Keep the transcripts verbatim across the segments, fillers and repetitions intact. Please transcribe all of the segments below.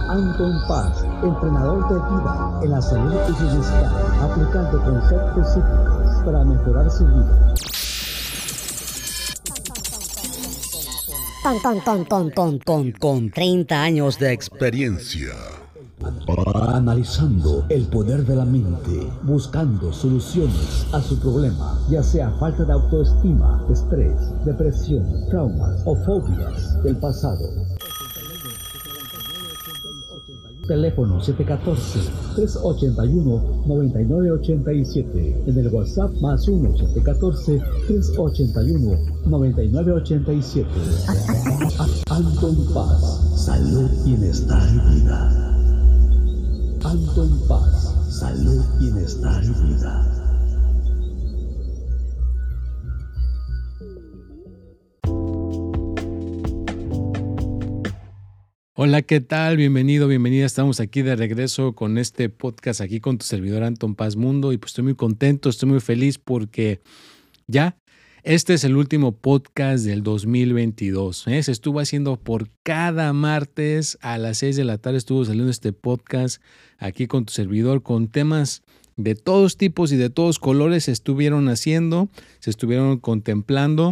Anton Paz, entrenador de vida en la salud y bienestar, aplicando conceptos psíquicos para mejorar su vida. Ton, ton, ton, ton, ton, ton, con treinta años de experiencia. Analizando el poder de la mente, buscando soluciones a su problema, ya sea falta de autoestima, estrés, depresión, traumas o fobias del pasado. Teléfono siete uno cuatro, tres ocho uno, nueve nueve ocho siete. En el WhatsApp más uno siete uno cuatro, tres ocho uno, nueve nueve ocho siete. Anton Paz, salud, bienestar y vida. Anton Paz, salud, bienestar y vida. Hola, ¿qué tal? Bienvenido, bienvenida. Estamos aquí de regreso con este podcast aquí con tu servidor Anton Paz Mundo y pues estoy muy contento, estoy muy feliz porque ya este es el último podcast del dos mil veintidós. ¿eh? Se estuvo haciendo por cada martes a las seis de la tarde, estuvo saliendo este podcast aquí con tu servidor con temas de todos tipos y de todos colores. Se estuvieron haciendo, se estuvieron contemplando,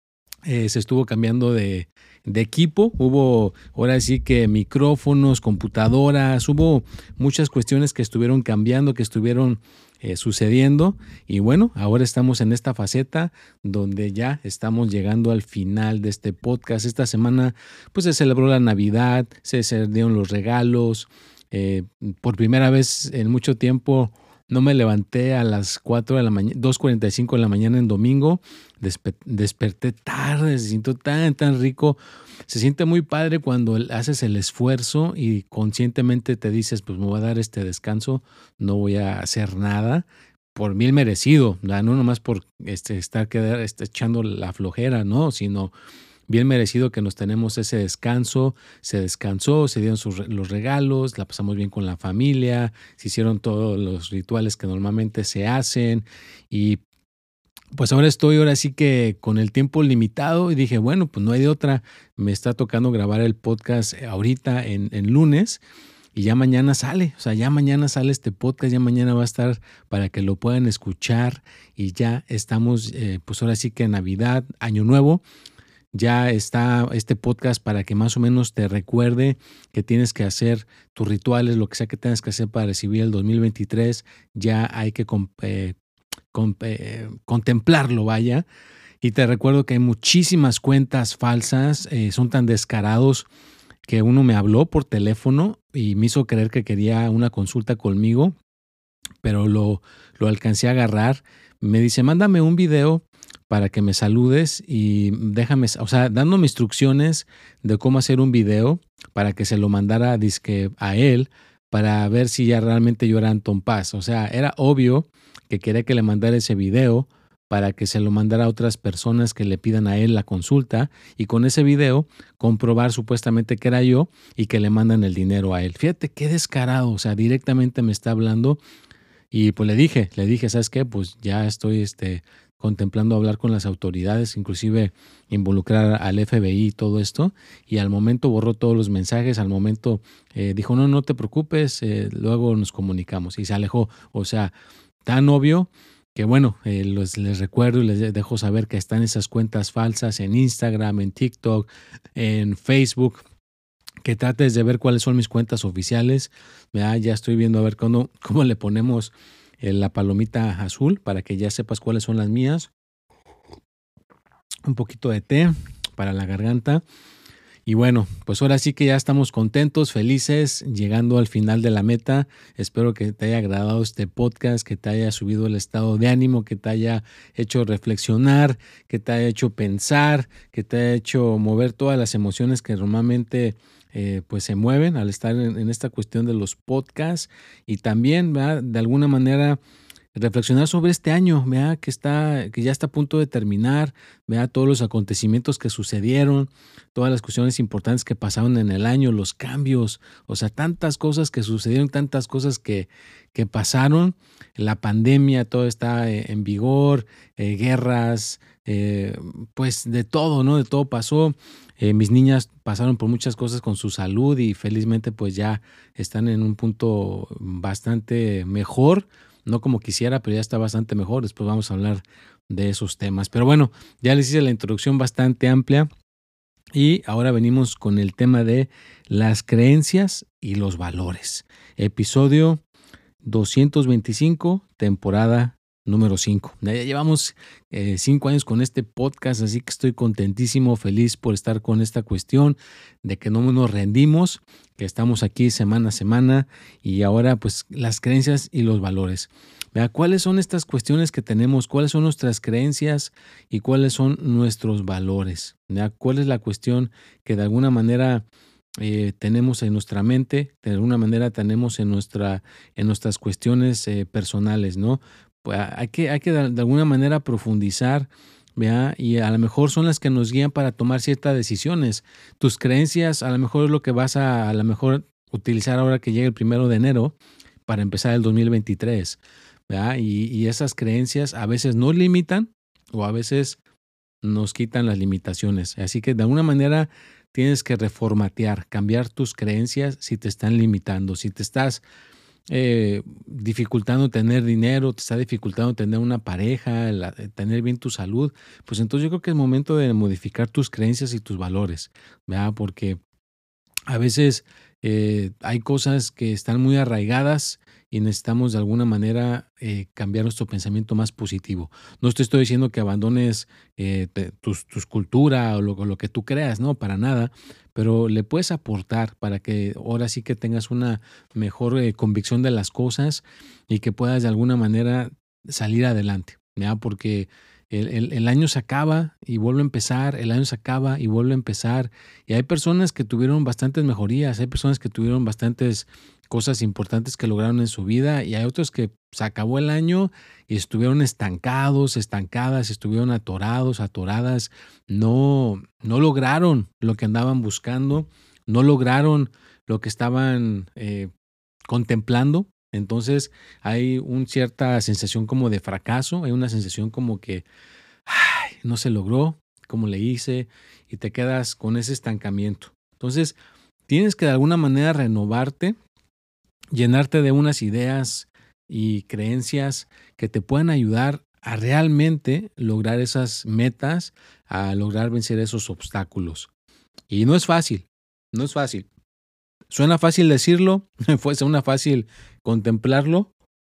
eh, se estuvo cambiando de de equipo, hubo ahora sí que micrófonos, computadoras, hubo muchas cuestiones que estuvieron cambiando, que estuvieron eh, sucediendo y bueno, ahora estamos en esta faceta donde ya estamos llegando al final de este podcast. Esta semana pues se celebró la Navidad, se, se dieron los regalos, eh, por primera vez en mucho tiempo no me levanté a las cuatro de la mañana, dos cuarenta y cinco de la mañana en domingo. Despe- desperté tarde, se sintió tan, tan rico. Se siente muy padre cuando haces el esfuerzo y conscientemente te dices, pues me voy a dar este descanso, no voy a hacer nada. Por mí merecido, ¿verdad? No nomás por este, estar quedar, este, echando la flojera, no, sino bien merecido que nos tenemos ese descanso. Se descansó, se dieron sus, los regalos, la pasamos bien con la familia, se hicieron todos los rituales que normalmente se hacen y pues ahora estoy ahora sí que con el tiempo limitado y dije, bueno, pues no hay de otra, me está tocando grabar el podcast ahorita en, en lunes y ya mañana sale, o sea, ya mañana sale este podcast, ya mañana va a estar para que lo puedan escuchar y ya estamos, eh, pues ahora sí que Navidad, Año Nuevo. Ya está este podcast para que más o menos te recuerde que tienes que hacer tus rituales, lo que sea que tengas que hacer para recibir el dos mil veintitrés. Ya hay que eh, con, eh, contemplarlo, vaya. Y te recuerdo que hay muchísimas cuentas falsas, eh, son tan descarados que uno me habló por teléfono y me hizo creer que quería una consulta conmigo, pero lo, lo alcancé a agarrar. Me dice, mándame un video para que me saludes y déjame, o sea, dándome instrucciones de cómo hacer un video para que se lo mandara dizque a él para ver si ya realmente yo era Anton Paz. O sea, era obvio que quería que le mandara ese video para que se lo mandara a otras personas que le pidan a él la consulta y con ese video comprobar supuestamente que era yo y que le mandan el dinero a él. Fíjate qué descarado, o sea, directamente me está hablando y pues le dije, le dije, ¿sabes qué? Pues ya estoy este contemplando hablar con las autoridades, inclusive involucrar al F B I y todo esto, y al momento borró todos los mensajes, al momento eh, dijo, no, no te preocupes, eh, luego nos comunicamos, y se alejó. O sea, tan obvio que bueno, eh, les, les recuerdo y les dejo saber que están esas cuentas falsas en Instagram, en TikTok, en Facebook, que trates de ver cuáles son mis cuentas oficiales. ¿verdad? Ya estoy viendo a ver cómo, cómo le ponemos la palomita azul para que ya sepas cuáles son las mías. Un poquito de té para la garganta. Y bueno, pues ahora sí que ya estamos contentos, felices, llegando al final de la meta. Espero que te haya agradado este podcast, que te haya subido el estado de ánimo, que te haya hecho reflexionar, que te haya hecho pensar, que te haya hecho mover todas las emociones que normalmente eh, pues se mueven al estar en, en esta cuestión de los podcasts. Y también, ¿verdad? De alguna manera reflexionar sobre este año, ¿verdad? Que está, que ya está a punto de terminar, ¿verdad? Todos los acontecimientos que sucedieron, todas las cuestiones importantes que pasaron en el año, los cambios, o sea, tantas cosas que sucedieron, tantas cosas que, que pasaron, la pandemia, todo está eh, en vigor, eh, guerras, eh, pues de todo, ¿no? De todo pasó. Eh, mis niñas pasaron por muchas cosas con su salud y felizmente pues ya están en un punto bastante mejor, no como quisiera, pero ya está bastante mejor. Después vamos a hablar de esos temas. Pero bueno, ya les hice la introducción bastante amplia y ahora venimos con el tema de las creencias y los valores. Episodio doscientos veinticinco, temporada número cinco. Ya llevamos eh, cinco años con este podcast, así que estoy contentísimo, feliz por estar con esta cuestión de que no nos rendimos, que estamos aquí semana a semana y ahora pues las creencias y los valores. ¿Verdad? ¿Cuáles son estas cuestiones que tenemos? ¿Cuáles son nuestras creencias y cuáles son nuestros valores? ¿Verdad? ¿Cuál es la cuestión que de alguna manera Eh, tenemos en nuestra mente, de alguna manera tenemos en, nuestra, en nuestras cuestiones eh, personales, ¿no? Pues hay que, hay que de, de alguna manera profundizar, ¿verdad? Y a lo mejor son las que nos guían para tomar ciertas decisiones. Tus creencias a lo mejor es lo que vas a, a lo mejor utilizar ahora que llegue el primero de enero para empezar el dos mil veintitrés, ¿verdad? Y, y esas creencias a veces nos limitan o a veces nos quitan las limitaciones. Así que de alguna manera tienes que reformatear, cambiar tus creencias si te están limitando, si te estás eh, dificultando tener dinero, te está dificultando tener una pareja, la, tener bien tu salud, pues entonces yo creo que es momento de modificar tus creencias y tus valores, ¿verdad? Porque a veces eh, hay cosas que están muy arraigadas y necesitamos de alguna manera eh, cambiar nuestro pensamiento más positivo. No te estoy diciendo que abandones eh, te, tus, tus cultura o lo, lo que tú creas, no, para nada, pero le puedes aportar para que ahora sí que tengas una mejor eh, convicción de las cosas y que puedas de alguna manera salir adelante, ¿ya? Porque el, el, el año se acaba y vuelve a empezar, el año se acaba y vuelve a empezar. Y hay personas que tuvieron bastantes mejorías, hay personas que tuvieron bastantes cosas importantes que lograron en su vida y hay otros que se acabó el año y estuvieron estancados, estancadas, estuvieron atorados, atoradas, no, no lograron lo que andaban buscando, no lograron lo que estaban eh, contemplando. Entonces hay una cierta sensación como de fracaso, hay una sensación como que ay, no se logró, como le hice, y te quedas con ese estancamiento. Entonces tienes que de alguna manera renovarte, llenarte de unas ideas y creencias que te puedan ayudar a realmente lograr esas metas, a lograr vencer esos obstáculos. Y no es fácil, no es fácil. Suena fácil decirlo, fue suena fácil contemplarlo,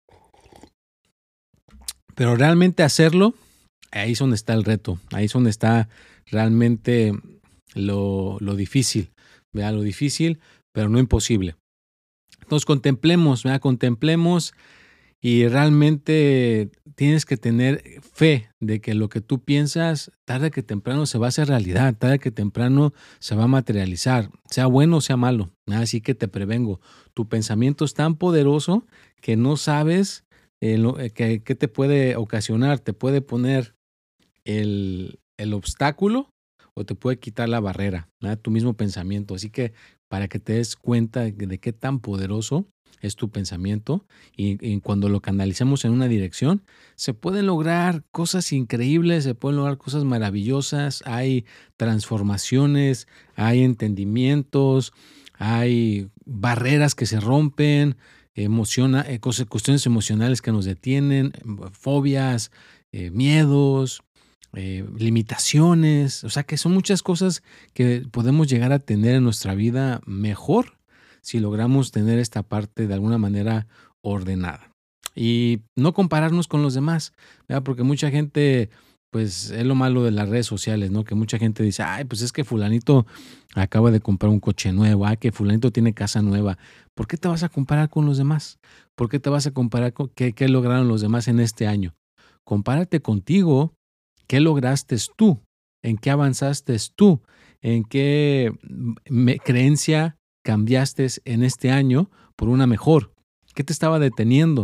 pero realmente hacerlo, ahí es donde está el reto, ahí es donde está realmente lo, lo difícil, ¿verdad? Lo difícil, pero no imposible. Entonces contemplemos, ¿verdad? Contemplemos y realmente tienes que tener fe de que lo que tú piensas tarde que temprano se va a hacer realidad, tarde que temprano se va a materializar, sea bueno o sea malo. Así que te prevengo, tu pensamiento es tan poderoso que no sabes eh, lo, eh, que, que te puede ocasionar, te puede poner el, el obstáculo o te puede quitar la barrera, ¿verdad? Tu mismo pensamiento. Así que para que te des cuenta de, de qué tan poderoso es tu pensamiento y, y cuando lo canalizamos en una dirección, se pueden lograr cosas increíbles, se pueden lograr cosas maravillosas, hay transformaciones, hay entendimientos, hay barreras que se rompen, emociona, eh, cosas, cuestiones emocionales que nos detienen, fobias, eh, miedos, eh, limitaciones, o sea que son muchas cosas que podemos llegar a tener en nuestra vida mejor si logramos tener esta parte de alguna manera ordenada. Y no compararnos con los demás, ¿verdad? Porque mucha gente, pues es lo malo de las redes sociales, ¿no? Que mucha gente dice, ay, pues es que fulanito acaba de comprar un coche nuevo, ay, que fulanito tiene casa nueva. ¿Por qué te vas a comparar con los demás? ¿Por qué te vas a comparar con qué, qué lograron los demás en este año? Compárate contigo, ¿qué lograste tú? ¿En qué avanzaste tú? ¿En qué me, creencia cambiaste en este año por una mejor? ¿Qué te estaba deteniendo?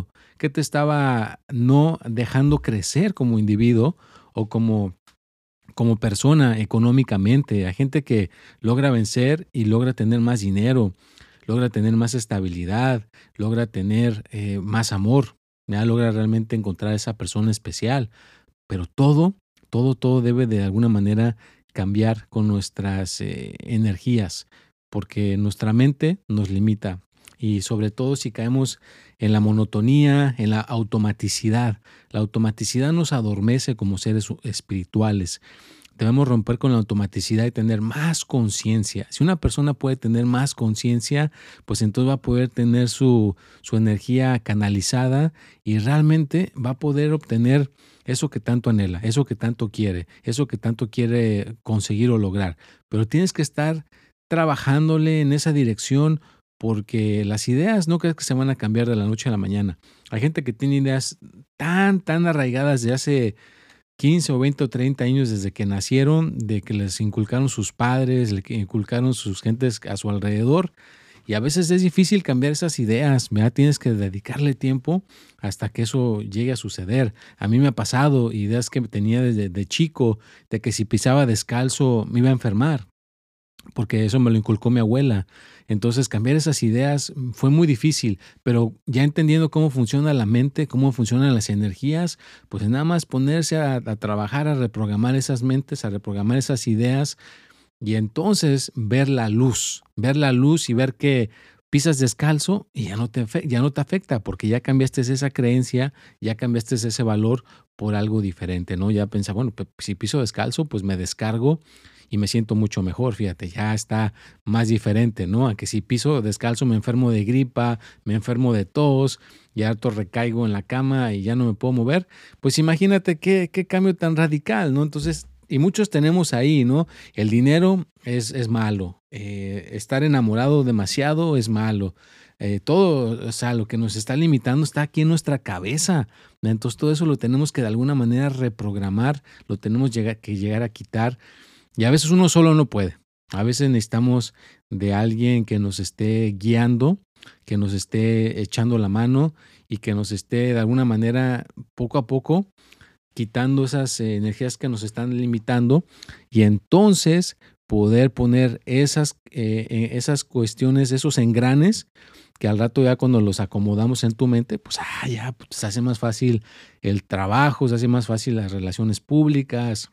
qué te estaba no dejando crecer como individuo o como, como persona económicamente. Hay gente que logra vencer y logra tener más dinero, logra tener más estabilidad, logra tener eh, más amor, ¿ya? Logra realmente encontrar a esa persona especial. Pero todo, todo, todo debe de alguna manera cambiar con nuestras eh, energías, porque nuestra mente nos limita. Y sobre todo si caemos en la monotonía, en la automaticidad. La automaticidad nos adormece como seres espirituales. Debemos romper con la automaticidad y tener más conciencia. Si una persona puede tener más conciencia, pues entonces va a poder tener su, su energía canalizada y realmente va a poder obtener eso que tanto anhela, eso que tanto quiere, eso que tanto quiere conseguir o lograr. Pero tienes que estar trabajándole en esa dirección porque las ideas no crees que se van a cambiar de la noche a la mañana. Hay gente que tiene ideas tan, tan arraigadas de hace quince o veinte o treinta años desde que nacieron, de que les inculcaron sus padres, le inculcaron sus gentes a su alrededor. Y a veces es difícil cambiar esas ideas, ¿verdad? Tienes que dedicarle tiempo hasta que eso llegue a suceder. A mí me ha pasado ideas que tenía desde de chico, de que si pisaba descalzo me iba a enfermar, porque eso me lo inculcó mi abuela. Entonces cambiar esas ideas fue muy difícil, pero ya entendiendo cómo funciona la mente, cómo funcionan las energías, pues nada más ponerse a, a trabajar, a reprogramar esas mentes, a reprogramar esas ideas y entonces ver la luz, ver la luz y ver que pisas descalzo y ya no te, ya no te afecta porque ya cambiaste esa creencia, ya cambiaste ese valor por algo diferente, ¿no? Ya pensaba, bueno, pues si piso descalzo, pues me descargo y me siento mucho mejor, fíjate, ya está más diferente, ¿no? A que si piso descalzo me enfermo de gripa, me enfermo de tos, y harto recaigo en la cama y ya no me puedo mover, pues imagínate qué, qué cambio tan radical, ¿no? Entonces, y muchos tenemos ahí, ¿no? El dinero es, es malo, eh, estar enamorado demasiado es malo, eh, todo, o sea, lo que nos está limitando está aquí en nuestra cabeza, ¿no? Entonces todo eso lo tenemos que de alguna manera reprogramar, lo tenemos llegar, que llegar a quitar. Y a veces uno solo no puede. A veces necesitamos de alguien que nos esté guiando, que nos esté echando la mano y que nos esté de alguna manera poco a poco quitando esas energías que nos están limitando y entonces poder poner esas, eh, esas cuestiones, esos engranes que al rato ya cuando los acomodamos en tu mente, pues ah, ya pues, se hace más fácil el trabajo, se hace más fácil las relaciones públicas,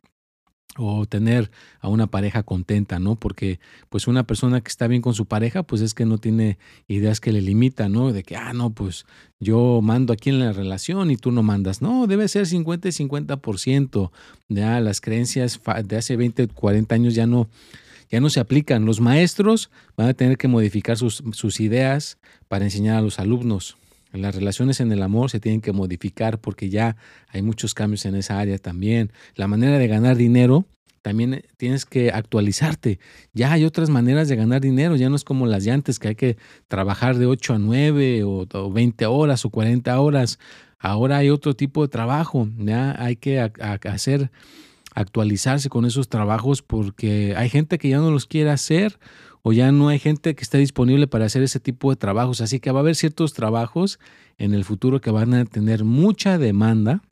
o tener a una pareja contenta, ¿no? Porque pues una persona que está bien con su pareja, pues es que no tiene ideas que le limitan, ¿no? De que, ah, no, pues yo mando aquí en la relación y tú no mandas. No, debe ser cincuenta y cincuenta por ciento. Ya las creencias de hace veinte, cuarenta años ya no, ya no se aplican. Los maestros van a tener que modificar sus, sus ideas para enseñar a los alumnos. Las relaciones en el amor se tienen que modificar porque ya hay muchos cambios en esa área también. La manera de ganar dinero, también tienes que actualizarte. Ya hay otras maneras de ganar dinero, ya no es como las de antes que hay que trabajar de ocho a nueve o, o veinte horas o cuarenta horas. Ahora hay otro tipo de trabajo, ya hay que a, a hacer, actualizarse con esos trabajos porque hay gente que ya no los quiere hacer o ya no hay gente que esté disponible para hacer ese tipo de trabajos. Así que va a haber ciertos trabajos en el futuro que van a tener mucha demanda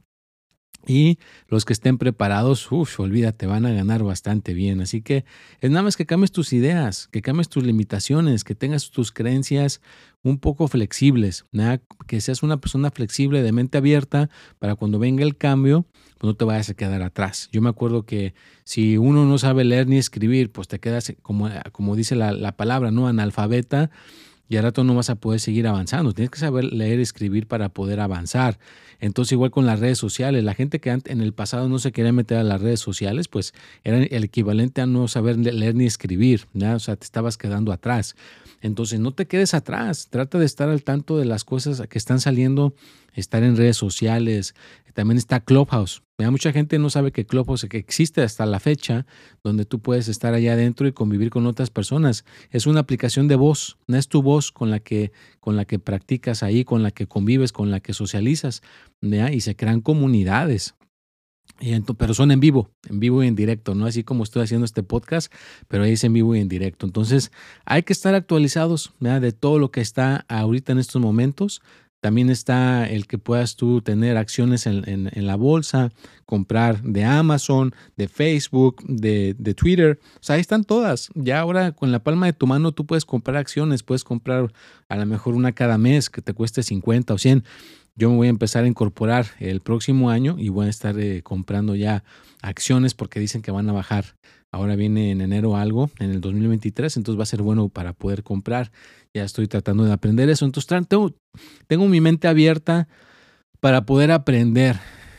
y los que estén preparados, uff, olvídate, van a ganar bastante bien. Así que es nada más que cambies tus ideas, que cambies tus limitaciones, que tengas tus creencias un poco flexibles, ¿verdad? Que seas una persona flexible, de mente abierta, para cuando venga el cambio, pues no te vayas a quedar atrás. Yo me acuerdo que si uno no sabe leer ni escribir, pues te quedas, como, como dice la, la palabra, ¿no? Analfabeta, y al rato no vas a poder seguir avanzando. Tienes que saber leer y escribir para poder avanzar. Entonces, igual con las redes sociales, la gente que en el pasado no se quería meter a las redes sociales, pues era el equivalente a no saber leer ni escribir, ¿ya? O sea, te estabas quedando atrás. Entonces, no te quedes atrás. Trata de estar al tanto de las cosas que están saliendo, estar en redes sociales. También está Clubhouse. ¿Ya? Mucha gente no sabe que Clubhouse que existe hasta la fecha, donde tú puedes estar allá adentro y convivir con otras personas. Es una aplicación de voz, no es tu voz con la que, con la que practicas ahí, con la que convives, con la que socializas, ¿ya? Y se crean comunidades. Y entonces, pero son en vivo, en vivo y en directo, no así como estoy haciendo este podcast, pero ahí es en vivo y en directo. Entonces hay que estar actualizados, ¿verdad? De todo lo que está ahorita en estos momentos. También está el que puedas tú tener acciones en, en, en la bolsa, comprar de Amazon, de Facebook, de, de Twitter. O sea, ahí están todas. Ya ahora con la palma de tu mano tú puedes comprar acciones, puedes comprar a lo mejor una cada mes que te cueste cincuenta o cien. Yo me voy a empezar a incorporar el próximo año y voy a estar eh, comprando ya acciones porque dicen que van a bajar. Ahora viene en enero algo, en el dos mil veintitrés, entonces va a ser bueno para poder comprar. Ya estoy tratando de aprender eso. Entonces tengo, tengo mi mente abierta para poder aprender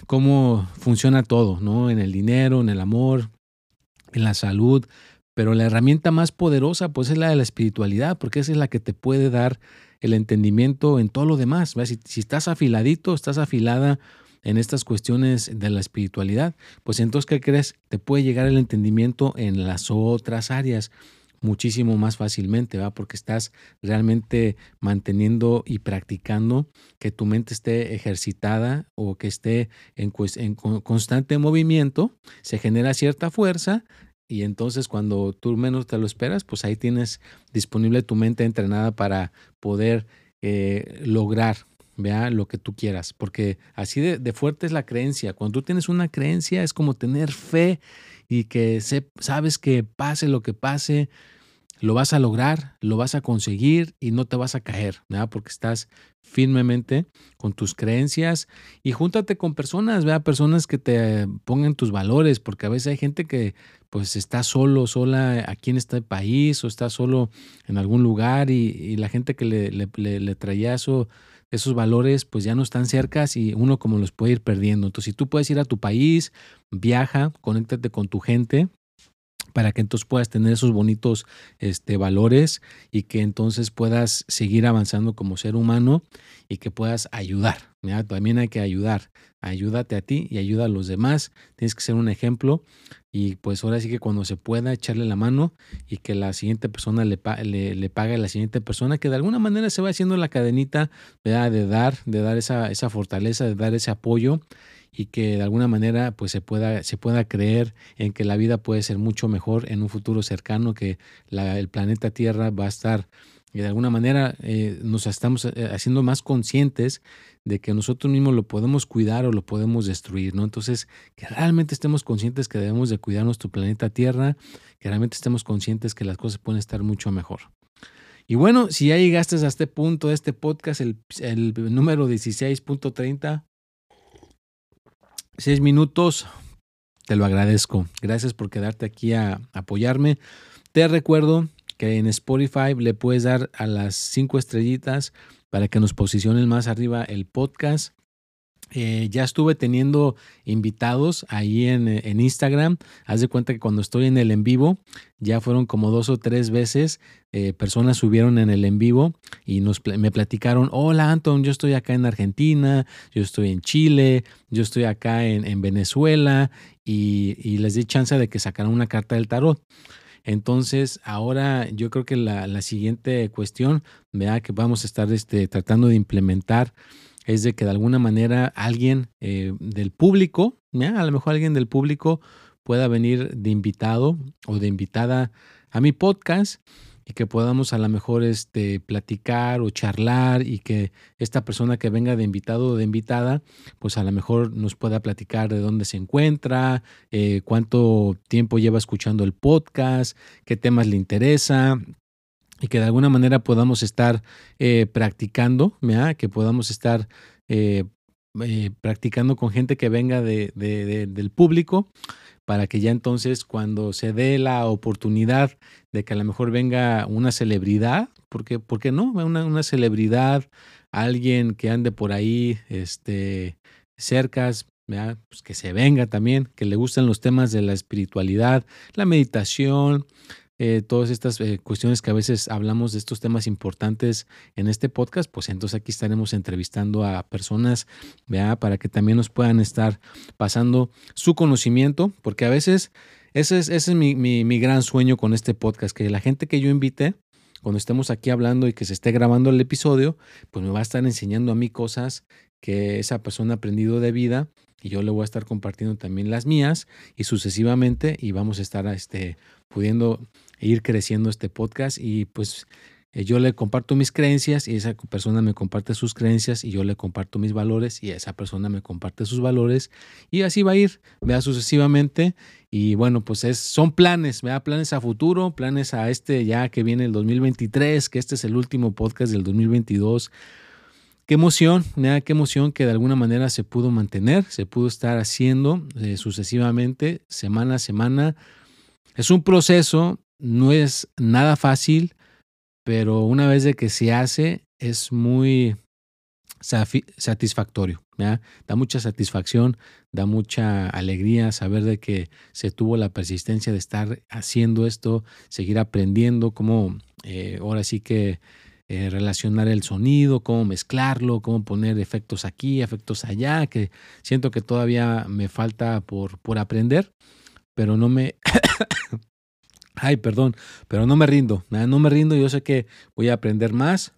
cómo funciona todo, ¿no? En el dinero, en el amor, en la salud. Pero la herramienta más poderosa pues es la de la espiritualidad, porque esa es la que te puede dar el entendimiento en todo lo demás. Si, si estás afiladito, estás afilada en estas cuestiones de la espiritualidad, pues entonces, ¿qué crees? Te puede llegar el entendimiento en las otras áreas muchísimo más fácilmente, ¿va? Porque estás realmente manteniendo y practicando que tu mente esté ejercitada o que esté en, en constante movimiento, se genera cierta fuerza. Y entonces cuando tú menos te lo esperas, pues ahí tienes disponible tu mente entrenada para poder eh, lograr, vea, lo que tú quieras. Porque así de, de fuerte es la creencia. Cuando tú tienes una creencia es como tener fe y que se, sabes que pase lo que pase, lo vas a lograr, lo vas a conseguir y no te vas a caer, ¿verdad? Porque estás firmemente con tus creencias y júntate con personas, ¿verdad? Personas que te pongan tus valores, porque a veces hay gente que pues está solo, sola aquí en este país o está solo en algún lugar y, y la gente que le, le, le, le traía eso, esos valores pues ya no están cercas y uno como los puede ir perdiendo. Entonces si tú puedes ir a tu país, viaja, conéctate con tu gente, para que entonces puedas tener esos bonitos este, valores y que entonces puedas seguir avanzando como ser humano y que puedas ayudar. ¿Ya? También hay que ayudar. Ayúdate a ti y ayuda a los demás. Tienes que ser un ejemplo y pues ahora sí que cuando se pueda echarle la mano y que la siguiente persona le, le, le pague a la siguiente persona, que de alguna manera se va haciendo la cadenita, ¿verdad? De dar, de dar esa, esa fortaleza, de dar ese apoyo y que de alguna manera pues se pueda, se pueda creer en que la vida puede ser mucho mejor en un futuro cercano, que la, el planeta Tierra va a estar y de alguna manera eh, nos estamos haciendo más conscientes de que nosotros mismos lo podemos cuidar o lo podemos destruir, ¿no? Entonces, que realmente estemos conscientes que debemos de cuidar nuestro planeta Tierra, que realmente estemos conscientes que las cosas pueden estar mucho mejor. Y bueno, si ya llegaste a este punto de este podcast, el, el número dieciséis punto treinta, seis minutos, te lo agradezco. Gracias por quedarte aquí a apoyarme. Te recuerdo que en Spotify le puedes dar a las cinco estrellitas para que nos posicionen más arriba el podcast. Eh, ya estuve teniendo invitados ahí en, en Instagram. Haz de cuenta que cuando estoy en el en vivo, ya fueron como dos o tres veces, eh, personas subieron en el en vivo y nos, me platicaron, hola Anton, yo estoy acá en Argentina, yo estoy en Chile, yo estoy acá en, en Venezuela y, y les di chance de que sacaran una carta del tarot. Entonces, ahora yo creo que la, la siguiente cuestión, ¿verdad?, que vamos a estar este, tratando de implementar es de que de alguna manera alguien eh, del público, ¿ya? A lo mejor alguien del público pueda venir de invitado o de invitada a mi podcast y que podamos a lo mejor este, platicar o charlar y que esta persona que venga de invitado o de invitada, pues a lo mejor nos pueda platicar de dónde se encuentra, eh, cuánto tiempo lleva escuchando el podcast, qué temas le interesa, y que de alguna manera podamos estar eh, practicando, ¿verdad? Que podamos estar eh, eh, practicando con gente que venga de, de, de, del público, para que ya entonces cuando se dé la oportunidad de que a lo mejor venga una celebridad, porque, ¿por qué no? Una, una celebridad, alguien que ande por ahí este, cercas, ¿verdad? Pues que se venga también, que le gusten los temas de la espiritualidad, la meditación, Eh, todas estas eh, cuestiones que a veces hablamos de estos temas importantes en este podcast, pues entonces aquí estaremos entrevistando a personas, ¿verdad?, para que también nos puedan estar pasando su conocimiento, porque a veces ese es, ese es mi, mi, mi gran sueño con este podcast, que la gente que yo invite, cuando estemos aquí hablando y que se esté grabando el episodio, pues me va a estar enseñando a mí cosas que esa persona ha aprendido de vida y yo le voy a estar compartiendo también las mías y sucesivamente y vamos a estar este, pudiendo ir creciendo este podcast y pues eh, yo le comparto mis creencias y esa persona me comparte sus creencias y yo le comparto mis valores y esa persona me comparte sus valores y así va a ir, vea, sucesivamente. Y bueno, pues es, son planes, vea, planes a futuro, planes a este ya que viene el dos mil veintitrés, que este es el último podcast del dos mil veintidós. Qué emoción, ¿verdad? Qué emoción que de alguna manera se pudo mantener, se pudo estar haciendo eh, sucesivamente, semana a semana. Es un proceso, no es nada fácil, pero una vez de que se hace es muy satisfactorio, ¿verdad? Da mucha satisfacción, da mucha alegría saber de que se tuvo la persistencia de estar haciendo esto, seguir aprendiendo cómo eh, ahora sí que eh, relacionar el sonido, cómo mezclarlo, cómo poner efectos aquí, efectos allá, que siento que todavía me falta por, por aprender, pero no me... Ay, perdón, pero no me rindo, ¿verdad? No me rindo, yo sé que voy a aprender más.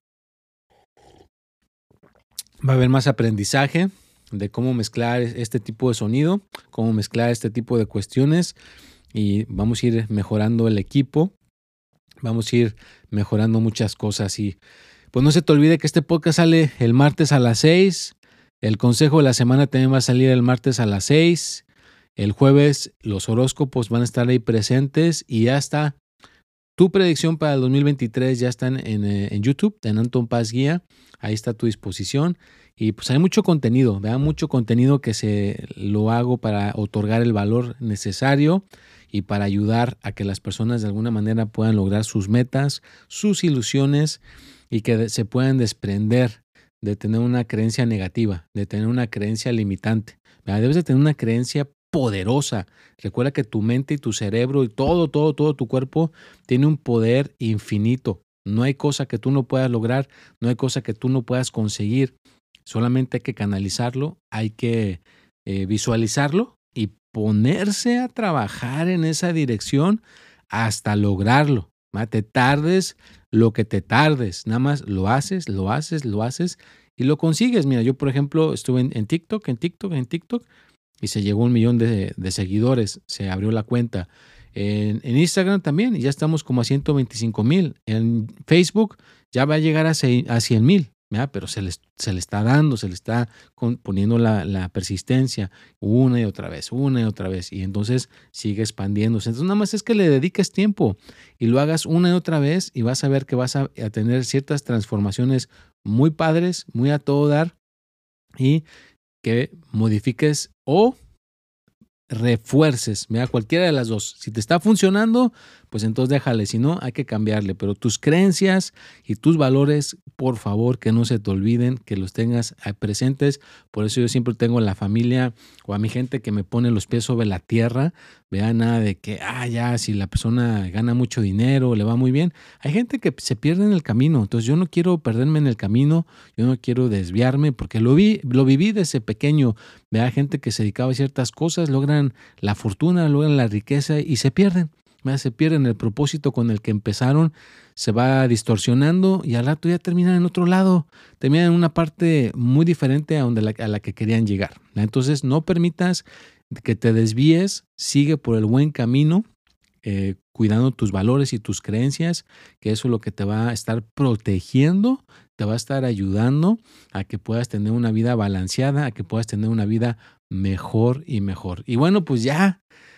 Va a haber más aprendizaje de cómo mezclar este tipo de sonido, cómo mezclar este tipo de cuestiones y vamos a ir mejorando el equipo, vamos a ir mejorando muchas cosas y pues no se te olvide que este podcast sale el martes a las seis, el consejo de la semana también va a salir el martes a las seis, el jueves los horóscopos van a estar ahí presentes y ya está. Tu predicción para el dos mil veintitrés ya están en, en YouTube, en Anton Paz Guía. Ahí está a tu disposición. Y pues hay mucho contenido, ¿verdad? Mucho contenido que se lo hago para otorgar el valor necesario y para ayudar a que las personas de alguna manera puedan lograr sus metas, sus ilusiones y que se puedan desprender de tener una creencia negativa, de tener una creencia limitante, ¿verdad? Debes de tener una creencia poderosa. Recuerda que tu mente y tu cerebro y todo, todo, todo tu cuerpo tiene un poder infinito. No hay cosa que tú no puedas lograr, no hay cosa que tú no puedas conseguir. Solamente hay que canalizarlo, hay que eh, visualizarlo y ponerse a trabajar en esa dirección hasta lograrlo. ¿Va? Te tardes lo que te tardes, nada más lo haces, lo haces, lo haces y lo consigues. Mira, yo por ejemplo estuve en, en TikTok, en TikTok, en TikTok y se llegó a un millón de, de seguidores, se abrió la cuenta. En, en Instagram también, ya estamos como a ciento veinticinco mil. En Facebook ya va a llegar a, a cien mil, pero se le, se le está dando, se le está con, poniendo la, la persistencia una y otra vez, una y otra vez. Y entonces sigue expandiéndose. Entonces nada más es que le dediques tiempo y lo hagas una y otra vez y vas a ver que vas a, a tener ciertas transformaciones muy padres, muy a todo dar y que modifiques o refuerces, mira, cualquiera de las dos. Si te está funcionando, pues entonces déjale, si no, hay que cambiarle. Pero tus creencias y tus valores, por favor, que no se te olviden, que los tengas presentes. Por eso yo siempre tengo a la familia o a mi gente que me pone los pies sobre la tierra. Vea, nada de que, ah, ya, si la persona gana mucho dinero, le va muy bien. Hay gente que se pierde en el camino. Entonces yo no quiero perderme en el camino, yo no quiero desviarme, porque lo vi, lo viví desde pequeño. Vea, gente que se dedicaba a ciertas cosas, logran la fortuna, logran la riqueza y se pierden. ¿Verdad? Se pierden el propósito con el que empezaron, se va distorsionando y al rato ya terminan en otro lado, terminan en una parte muy diferente a, donde la, a la que querían llegar. ¿Verdad? Entonces no permitas que te desvíes, sigue por el buen camino, eh, cuidando tus valores y tus creencias, que eso es lo que te va a estar protegiendo, te va a estar ayudando a que puedas tener una vida balanceada, a que puedas tener una vida mejor y mejor. Y bueno, pues ya,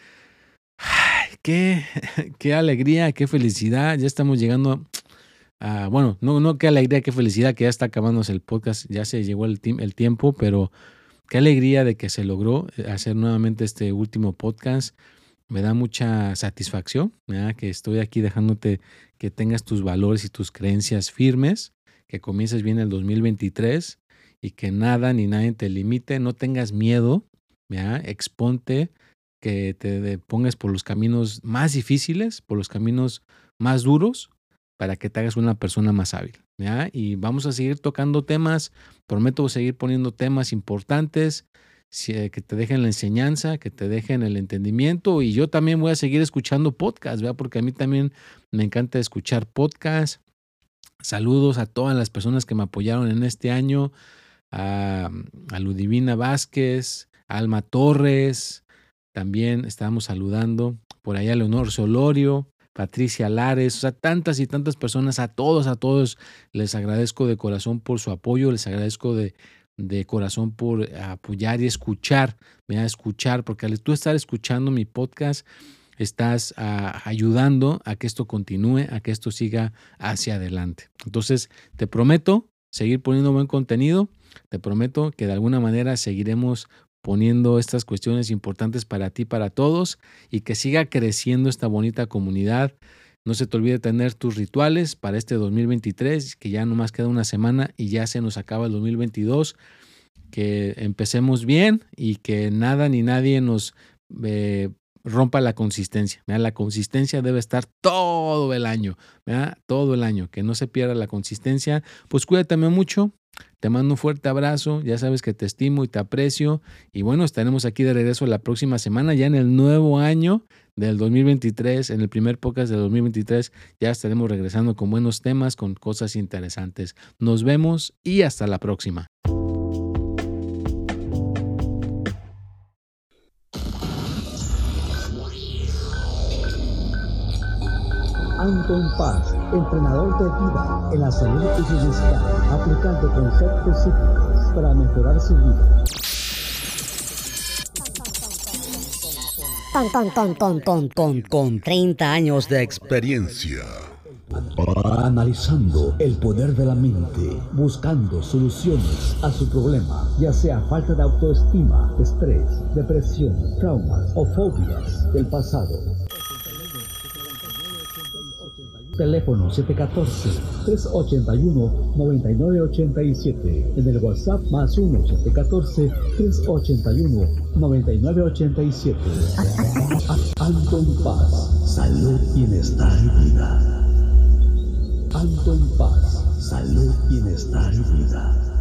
ay, qué, qué alegría, qué felicidad, ya estamos llegando a, bueno, no, no qué alegría, qué felicidad, que ya está acabándose el podcast, ya se llegó el, el tiempo, pero qué alegría de que se logró hacer nuevamente este último podcast. Me da mucha satisfacción, ¿verdad? Que estoy aquí dejándote que tengas tus valores y tus creencias firmes, que comiences bien el dos mil veintitrés y que nada ni nadie te limite, no tengas miedo, ¿verdad? Exponte, que te pongas por los caminos más difíciles, por los caminos más duros, para que te hagas una persona más hábil, ¿verdad? Y vamos a seguir tocando temas, prometo seguir poniendo temas importantes, que te dejen la enseñanza, que te dejen el entendimiento y yo también voy a seguir escuchando podcasts, ¿verdad? Porque a mí también me encanta escuchar podcasts. Saludos a todas las personas que me apoyaron en este año, a, a Ludivina Vázquez, a Alma Torres, también estábamos saludando por allá a Leonor Solorio, Patricia Lares, o sea, tantas y tantas personas, a todos, a todos les agradezco de corazón por su apoyo, les agradezco de, de corazón por apoyar y escuchar, ¿verdad? Escuchar, porque al tú estar escuchando mi podcast, estás uh, ayudando a que esto continúe, a que esto siga hacia adelante. Entonces, te prometo seguir poniendo buen contenido, te prometo que de alguna manera seguiremos poniendo estas cuestiones importantes para ti, para todos, y que siga creciendo esta bonita comunidad. No se te olvide tener tus rituales para este dos mil veintitrés, que ya nomás queda una semana y ya se nos acaba el dos mil veintidós. Que empecemos bien y que nada ni nadie nos eh, rompa la consistencia, ¿verdad? La consistencia debe estar todo el año, ¿verdad? Todo el año, que no se pierda la consistencia. Pues cuídate mucho, te mando un fuerte abrazo, ya sabes que te estimo y te aprecio, y bueno, estaremos aquí de regreso la próxima semana, ya en el nuevo año del dos mil veintitrés, en el primer podcast del dos mil veintitrés, ya estaremos regresando con buenos temas, con cosas interesantes. Nos vemos y hasta la próxima. Anton Paz, entrenador de vida en la salud y bienestar, aplicando conceptos psíquicos para mejorar su vida. Con, con, con, con, con, con, con treinta años de experiencia. Analizando el poder de la mente, buscando soluciones a su problema, ya sea falta de autoestima, estrés, depresión, traumas o fobias del pasado. Teléfono siete uno cuatro, tres ocho uno, nueve nueve ocho siete. En el WhatsApp más uno siete uno cuatro, tres ocho uno, nueve nueve ocho siete. Anton Paz, salud, bienestar y vida. Anton Paz, salud, bienestar y vida.